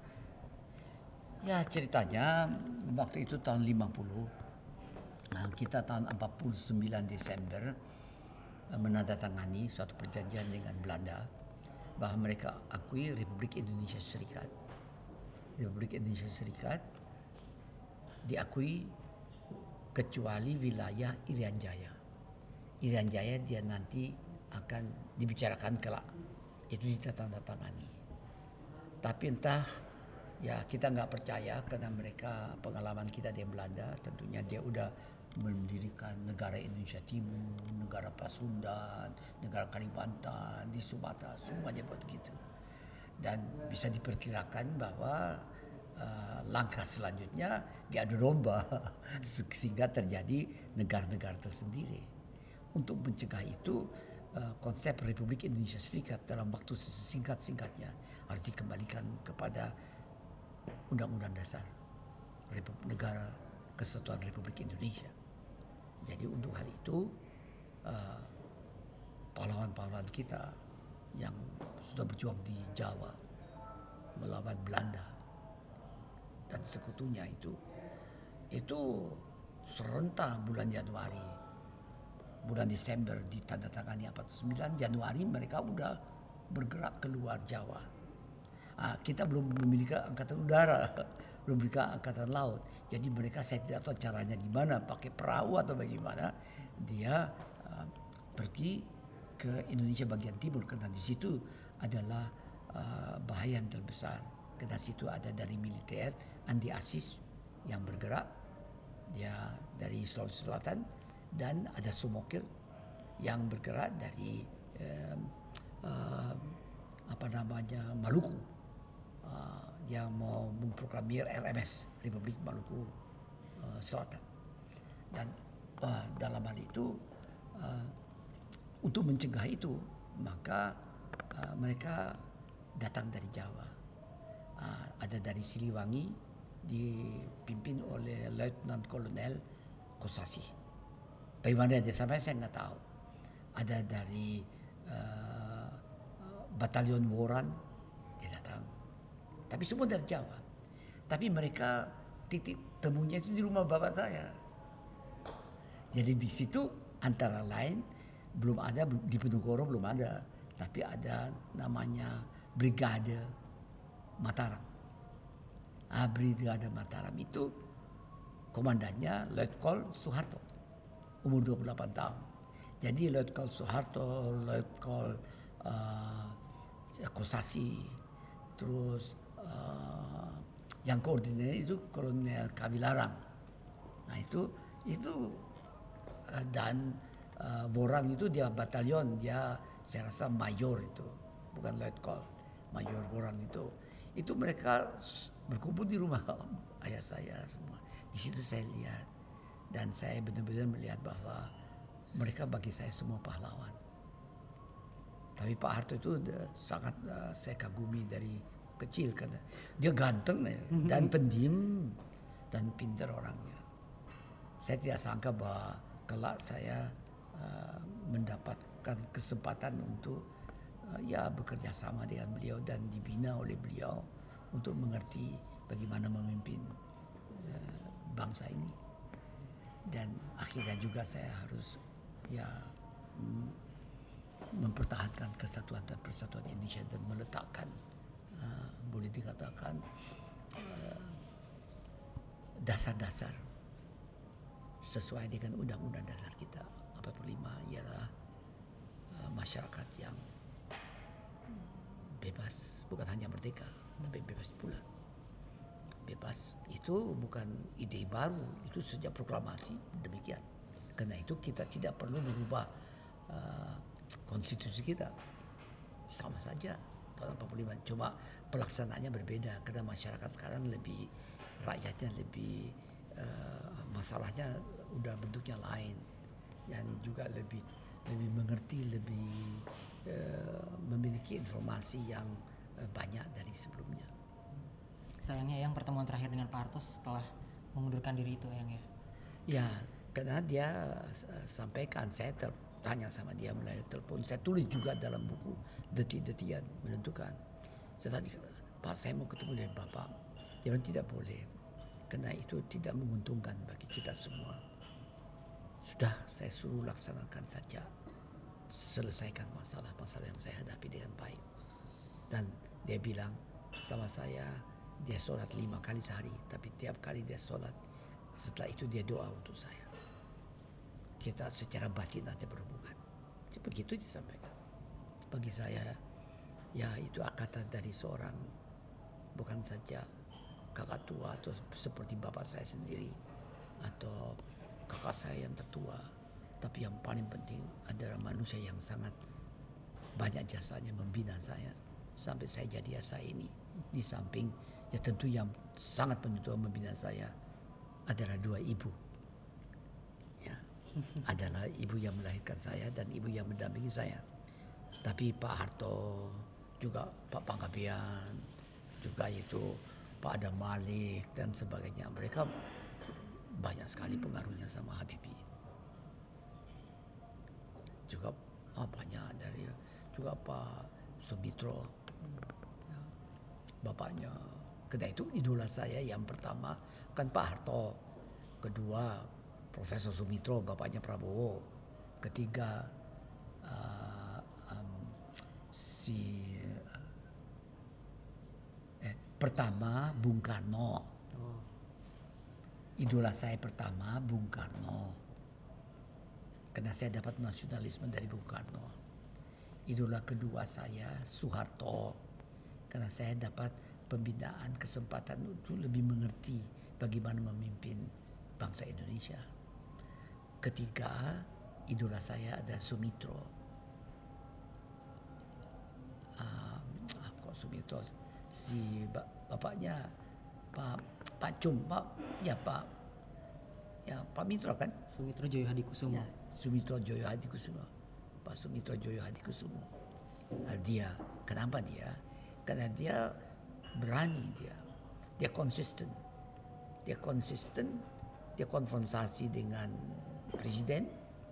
Ya ceritanya waktu itu tahun 50. Kita tahun 49 Desember menandatangani suatu perjanjian dengan Belanda bahwa mereka akui Republik Indonesia Serikat. Republik Indonesia Serikat diakui kecuali wilayah Irian Jaya. Irian Jaya dia nanti akan dibicarakan kelak. Itu ditandatangani. Tapi entah ya kita nggak percaya karena mereka pengalaman kita di Belanda, tentunya dia udah mendirikan negara Indonesia Timur, negara Pasundan, negara Kalimantan, di Sumatera, semuanya buat gitu. Dan bisa diperkirakan bahwa langkah selanjutnya diadu domba sehingga terjadi negara-negara tersendiri. Untuk mencegah itu konsep Republik Indonesia Serikat dalam waktu sesingkat-singkatnya harus dikembalikan kepada Undang-Undang Dasar Negara Kesatuan Republik Indonesia. Jadi untuk hal itu pahlawan-pahlawan kita yang sudah berjuang di Jawa melawan Belanda dan sekutunya itu serentak bulan Januari, bulan Desember ditandatangani 49, Januari mereka udah bergerak keluar Jawa. Kita belum memiliki angkatan udara, belum memiliki angkatan laut. Jadi mereka saya tidak tahu caranya gimana, pakai perahu atau bagaimana. Dia pergi ke Indonesia bagian timur karena di situ adalah bahaya yang terbesar. Karena situ ada dari militer Andi Asis yang bergerak, dia dari Sulawesi Selatan, dan ada Sumokir yang bergerak dari Maluku. Dia mau memproklamir RMS, Republik Maluku Selatan. Dan dalam hal itu untuk mencegah itu maka mereka datang dari Jawa. Ada dari Siliwangi dipimpin oleh Lieutenant Kolonel Kosasi. Bagaimana dia sampai saya nggak tahu. Ada dari Batalion Woran dia datang. Tapi semua dari Jawa. Tapi mereka titik temunya itu di rumah bapak saya. Jadi di situ antara lain belum ada di Penogoro belum ada, tapi ada namanya Brigade Mataram. Brigade Mataram itu komandannya Letkol Soeharto, umur 28 tahun. Jadi Letkol Soeharto, Letkol Kosasi, terus yang koordinir itu Kolonel Kawilarang. Nah itu dan Borang itu dia batalion, dia saya rasa mayor itu, bukan letkol, mayor Borang itu mereka berkumpul di rumah ayah saya semua. Di situ saya lihat dan saya benar-benar melihat bahwa mereka bagi saya semua pahlawan. Tapi Pak Harto itu sangat saya kagumi dari kecil karena dia ganteng dan pendiam dan pintar orangnya. Saya tidak sangka bahwa kelak saya mendapatkan kesempatan untuk bekerja sama dengan beliau dan dibina oleh beliau untuk mengerti bagaimana memimpin bangsa ini. Dan akhirnya juga saya harus mempertahankan kesatuan dan persatuan Indonesia dan meletakkan boleh dikatakan dasar-dasar sesuai dengan Undang-Undang Dasar kita 45 ialah masyarakat yang bebas, bukan hanya merdeka tapi bebas pula. Bebas itu bukan ide baru, itu sejak proklamasi demikian. Karena itu kita tidak perlu merubah konstitusi kita, sama saja tahun 45. Cuma pelaksanaannya berbeda karena masyarakat sekarang lebih, rakyatnya lebih masalahnya udah bentuknya lain dan juga lebih mengerti, lebih memiliki informasi yang banyak dari sebelumnya. Sayangnya yang pertemuan terakhir dengan Pak Harto setelah mengundurkan diri itu yang ya. Ya, karena dia sampaikan, saya tanya sama dia melalui telepon, saya tulis juga dalam buku detik-detikan menentukan. Saya tanya, Pak saya mau ketemu dengan Bapak. Dia bilang tidak boleh, karena itu tidak menguntungkan bagi kita semua. Sudah saya suruh laksanakan saja, selesaikan masalah-masalah yang saya hadapi dengan baik. Dan dia bilang sama saya, dia sholat 5 kali sehari, tapi tiap kali dia sholat, setelah itu dia doa untuk saya. Kita secara batin ada berhubungan. Begitu disampaikan. Bagi saya, ya itu akatan dari seorang, bukan saja kakak tua atau seperti bapak saya sendiri atau kakak saya yang tertua, tapi yang paling penting adalah manusia yang sangat banyak jasanya membina saya sampai saya jadi saya ini. Di samping ya tentu yang sangat penentu membina saya adalah 2 ibu. Ya, adalah ibu yang melahirkan saya dan ibu yang mendampingi saya. Tapi Pak Harto, juga Pak Panggabean, juga itu Pak Adam Malik dan sebagainya. Mereka banyak sekali pengaruhnya sama Habibie. Juga banyak dari juga Pak Sumitro, ya, bapaknya. Karena itu idola saya yang pertama kan Pak Harto, kedua Profesor Sumitro, bapaknya Prabowo, ketiga pertama Bung Karno. Idola saya pertama Bung Karno, karena saya dapat nasionalisme dari Bung Karno. Idola kedua saya Soeharto, karena saya dapat pembinaan kesempatan untuk lebih mengerti bagaimana memimpin bangsa Indonesia. Ketiga, idola saya ada Sumitro. Kok Sumitro? Si bapaknya Pak Mitro kan? Sumitro Joyo Hadikusumo. Ya, Sumitro Joyo Hadikusumo. Pak Sumitro Joyo Hadikusumo. Dia, kenapa dia? Karena dia berani, dia konsisten. Dia konfrontasi dengan presiden.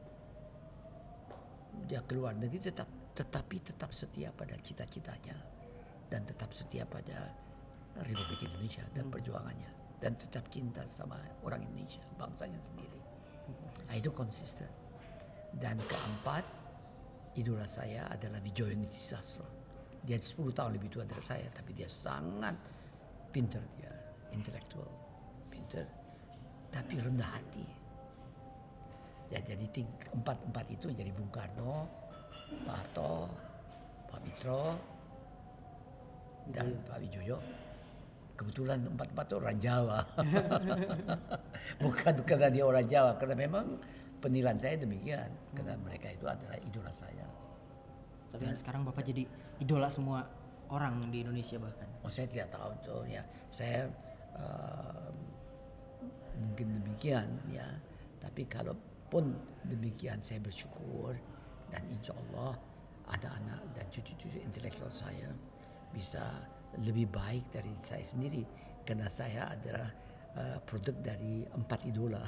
Dia keluar negeri tetapi tetap setia pada cita-citanya dan tetap setia pada Republik Indonesia dan perjuangannya dan tetap cinta sama orang Indonesia, bangsanya sendiri. Nah, itu konsisten. Dan keempat, idola saya adalah Wijoyaniti Sastro. Dia 10 tahun lebih tua dari saya, tapi dia sangat pintar, dia intelektual, pintar, tapi rendah hati. Ya, jadi empat itu jadi Bung Karno, Pak Harto, Pak Mitro, dan Pak Wijoyo. Kebetulan empat itu orang Jawa. Bukan karena dia orang Jawa, karena memang penilaian saya demikian karena mereka itu adalah idola saya. Tapi sekarang Bapak jadi idola semua orang di Indonesia bahkan. Oh, saya tidak tahu tuh ya. Saya mungkin demikian ya. Tapi kalaupun demikian saya bersyukur dan insya Allah anak-anak dan cucu-cucu intelektual saya bisa lebih baik dari saya sendiri karena saya adalah produk dari 4 idola.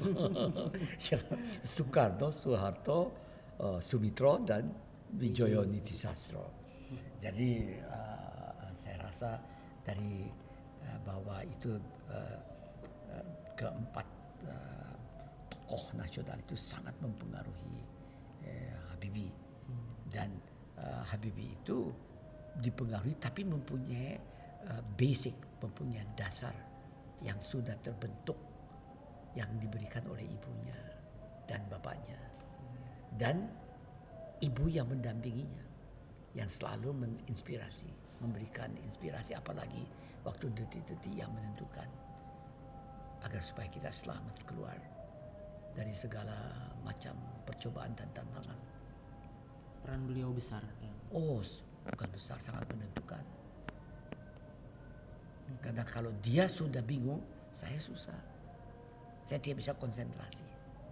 Soekarno, Soeharto, Sumitro dan Wijoyo Nitisastro. Jadi saya rasa dari bahwa itu keempat tokoh nasional itu sangat mempengaruhi Habibie dan Habibie itu dipengaruhi tapi mempunyai basic, mempunyai dasar yang sudah terbentuk yang diberikan oleh ibunya dan bapaknya dan ibu yang mendampinginya yang selalu menginspirasi, memberikan inspirasi apalagi waktu detik-detik yang menentukan agar supaya kita selamat keluar dari segala macam percobaan dan tantangan. Peran beliau besar ya. Oh, bukan besar, sangat menentukan. Karena kalau dia sudah bingung, saya susah. Saya tidak bisa konsentrasi.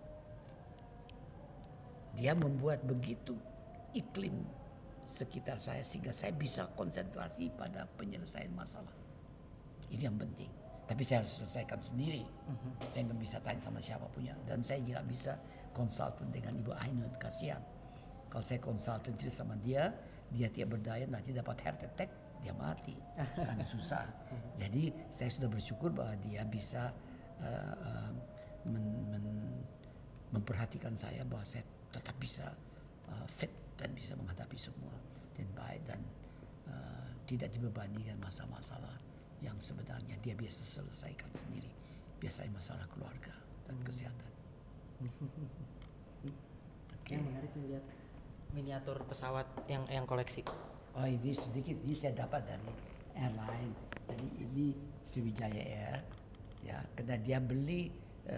Dia membuat begitu iklim sekitar saya sehingga saya bisa konsentrasi pada penyelesaian masalah. Ini yang penting. Tapi saya harus selesaikan sendiri. Saya nggak bisa tanya sama siapapun dan saya nggak bisa konsultan dengan Ibu Ainun, kasihan. Kalau saya konsultan sama dia tidak berdaya, nanti dapat heart attack, dia mati, kan susah. Jadi saya sudah bersyukur bahwa dia bisa memperhatikan saya bahwa saya tetap bisa fit dan bisa menghadapi semua dengan baik dan tidak dibebani dengan masalah-masalah yang sebenarnya dia biasa selesaikan sendiri. Biasanya masalah keluarga dan kesehatan. Yang menarik melihat miniatur pesawat yang koleksi. Oh, ini sedikit, ini saya dapat dari airline. Jadi ini Sriwijaya Air, ya, karena dia beli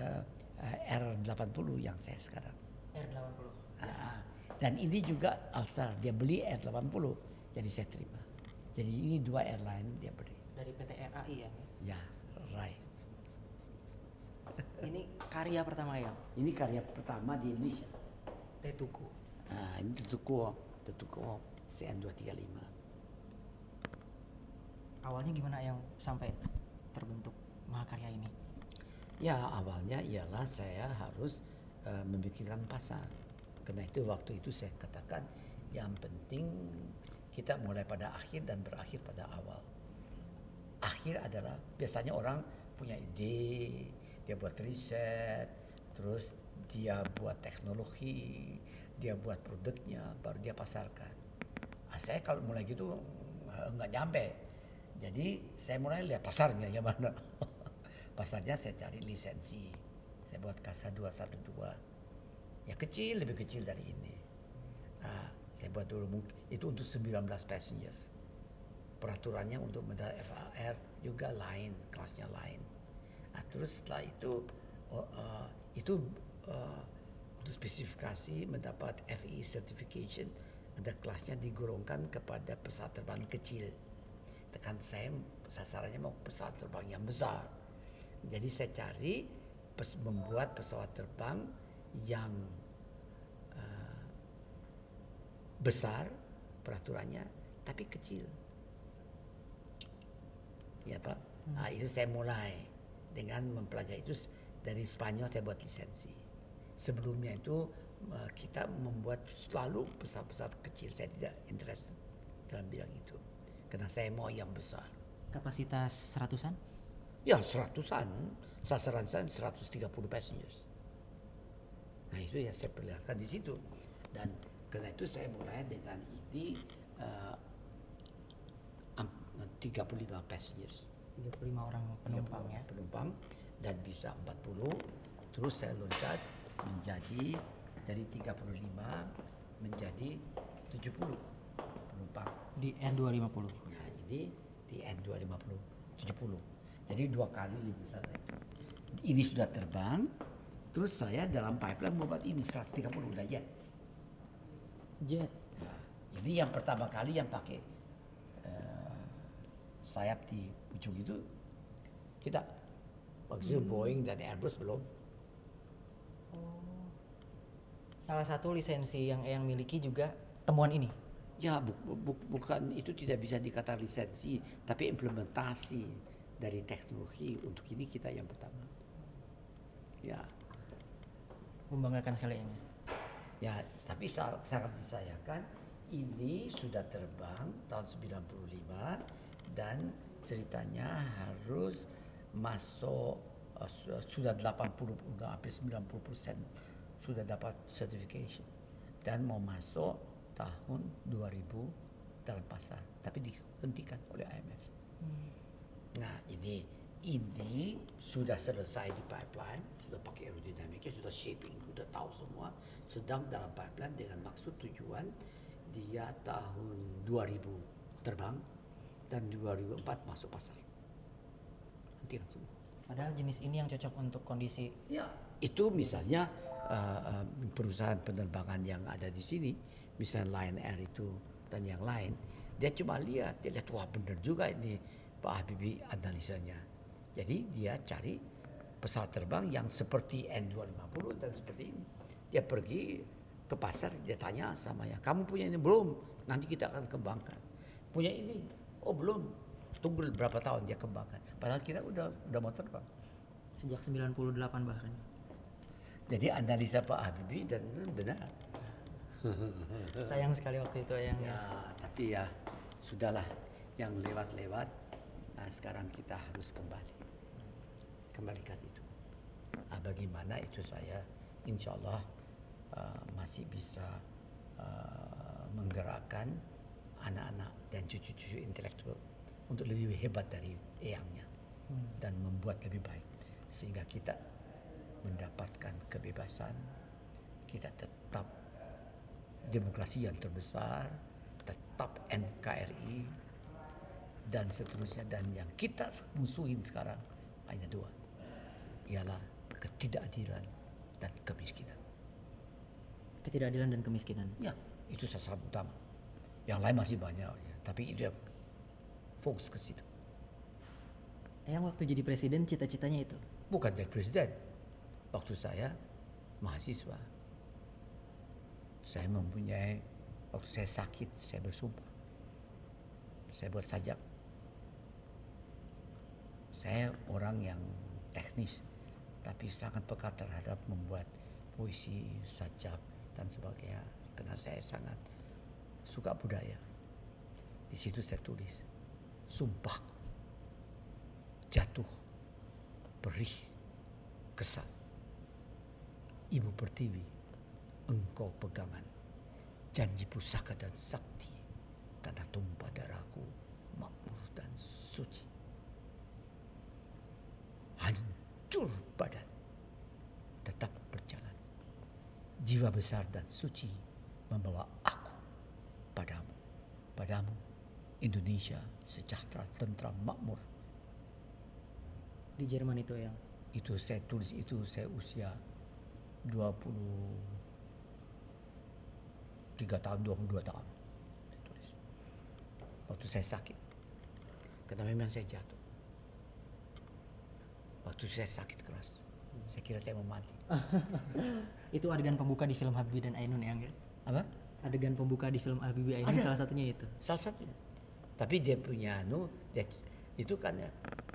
R80 yang saya sekarang. R80. Dan ini juga Alstar, dia beli R80, jadi saya terima. Jadi ini 2 airline dia beli. Dari PT RAI ya? Ya, right. Ini karya pertama ya? Ini karya pertama di Indonesia. Tetuku. Ini Tetuku CN235. Awalnya gimana yang sampai terbentuk mahakarya ini? Ya, awalnya ialah saya harus memikirkan pasar. Karena itu waktu itu saya katakan yang penting kita mulai pada akhir dan berakhir pada awal. Akhir adalah biasanya orang punya ide, dia buat riset, terus dia buat teknologi, dia buat produknya, baru dia pasarkan. Saya kalau mulai gitu nggak nyampe. Jadi saya mulai lihat pasarnya yang mana. Pasarnya saya cari lisensi. Saya buat Kasa 212. Ya kecil, lebih kecil dari ini. Saya buat dulu itu untuk 19 passengers. Peraturannya untuk mendarat FAR juga lain, kelasnya lain. Terus setelah itu untuk spesifikasi mendapat FAA certification, ada kelasnya digolongkan kepada pesawat terbang kecil. Tekan saya sasarannya mau pesawat terbang yang besar. Jadi saya cari membuat pesawat terbang yang besar peraturannya tapi kecil. Ya toh? Itu saya mulai dengan mempelajari itu dari Spanyol. Saya buat lisensi. Sebelumnya itu kita membuat selalu pesawat-pesawat kecil. Saya tidak interest dalam bidang itu karena saya mau yang besar. Kapasitas 100-an? Ya 100-an. Sasaran saya 130 passengers. Nah itu yang saya perlihatkan di situ. Dan karena itu saya mulai dengan ini 35 passengers. 35 orang penumpang ya. Penumpang dan bisa 40. Terus saya loncat menjadi dari 35 menjadi 70 penumpang. Di N250. Ya, ini di N250 70. Jadi 2 kali lebih besar itu. Ini sudah terbang Terus saya dalam pipeline membuat ini 130 udah jet. Jet. Nah, ini yang pertama kali yang pakai sayap di ujung itu kita. Waktu itu Boeing dan Airbus belum. Salah satu lisensi yang Eyang miliki juga temuan ini. Ya bukan, itu tidak bisa dikatakan lisensi, tapi implementasi dari teknologi untuk ini kita yang pertama. Ya. Membanggakan sekali ini. Ya, tapi sangat disayangkan ini sudah terbang tahun 95 dan ceritanya harus masuk sudah 80 udah hampir 90% sudah dapat certification dan mau masuk tahun 2000 dalam pasar, tapi dihentikan oleh IMF. Nah, ini sudah selesai di pipeline, sudah pakai aerodinamiknya, sudah shaping, sudah tahu semua, sedang dalam pipeline dengan maksud tujuan dia tahun 2000 terbang dan 2004 masuk pasar. Hentikan semua. Padahal jenis ini yang cocok untuk kondisi. Ya, itu misalnya perusahaan penerbangan yang ada di sini, misalnya Lion Air itu dan yang lain, dia cuma lihat, wah benar juga ini Pak Habibie analisanya. Jadi dia cari pesawat terbang yang seperti N250 dan seperti ini. Dia pergi ke pasar, dia tanya sama ya, kamu punya ini belum? Nanti kita akan kembangkan. Punya ini? Oh belum. Tunggu berapa tahun dia kembangkan. Padahal kita udah mau terbang. Sejak 98 bahkan. Jadi analisa Pak Habibie dan benar. Sayang sekali waktu itu yang. Ya, tapi ya sudahlah, yang lewat-lewat. Nah, sekarang kita harus kembalikan itu. Nah, bagaimana itu saya insya Allah masih bisa menggerakkan anak-anak dan cucu-cucu intelektual untuk lebih hebat dari eyangnya dan membuat lebih baik sehingga kita mendapatkan kebebasan, kita tetap demokrasi yang terbesar, tetap NKRI dan seterusnya, dan yang kita musuhin sekarang hanya dua, ialah ketidakadilan dan kemiskinan. Ketidakadilan dan kemiskinan. Ya, itu sasaran utama. Yang lain masih banyak, ya, tapi dia fokus ke situ. Yang waktu jadi presiden cita-citanya itu? Bukan jadi presiden. Waktu saya mahasiswa, saya mempunyai, waktu saya sakit, saya bersumpah. Saya buat sajak. Saya orang yang teknis, tapi sangat peka terhadap membuat puisi, sajak, dan sebagainya. Karena saya sangat suka budaya. Di situ saya tulis, sumpahku jatuh, perih, kesat. Ibu Pertiwi, engkau pegangan, janji pusaka dan sakti, tanah tumpah darahku, makmur dan suci. Hancur badan, tetap berjalan. Jiwa besar dan suci membawa aku padamu. Padamu, Indonesia sejahtera, tentram, makmur. Di Jerman itu yang? Itu saya tulis, itu saya usia 23 tahun, 22 tahun. Saya tulis. Waktu saya sakit. Karena memang saya jatuh. Waktu saya sakit keras. Saya kira saya mau mati. Itu adegan pembuka di film Habibie dan Ainun ya? Apa? Adegan pembuka di film Habibie Ainun salah satunya itu. Salah satunya. Tapi dia punya dia, itu kan ya,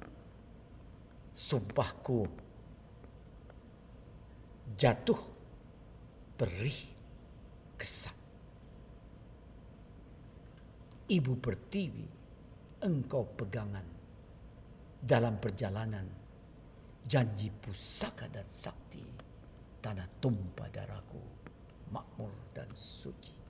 sumpahku jatuh, perih, kesat. Ibu Pertiwi, engkau pegangan dalam perjalanan, janji pusaka dan sakti, tanah tumpah darahku, makmur dan suci.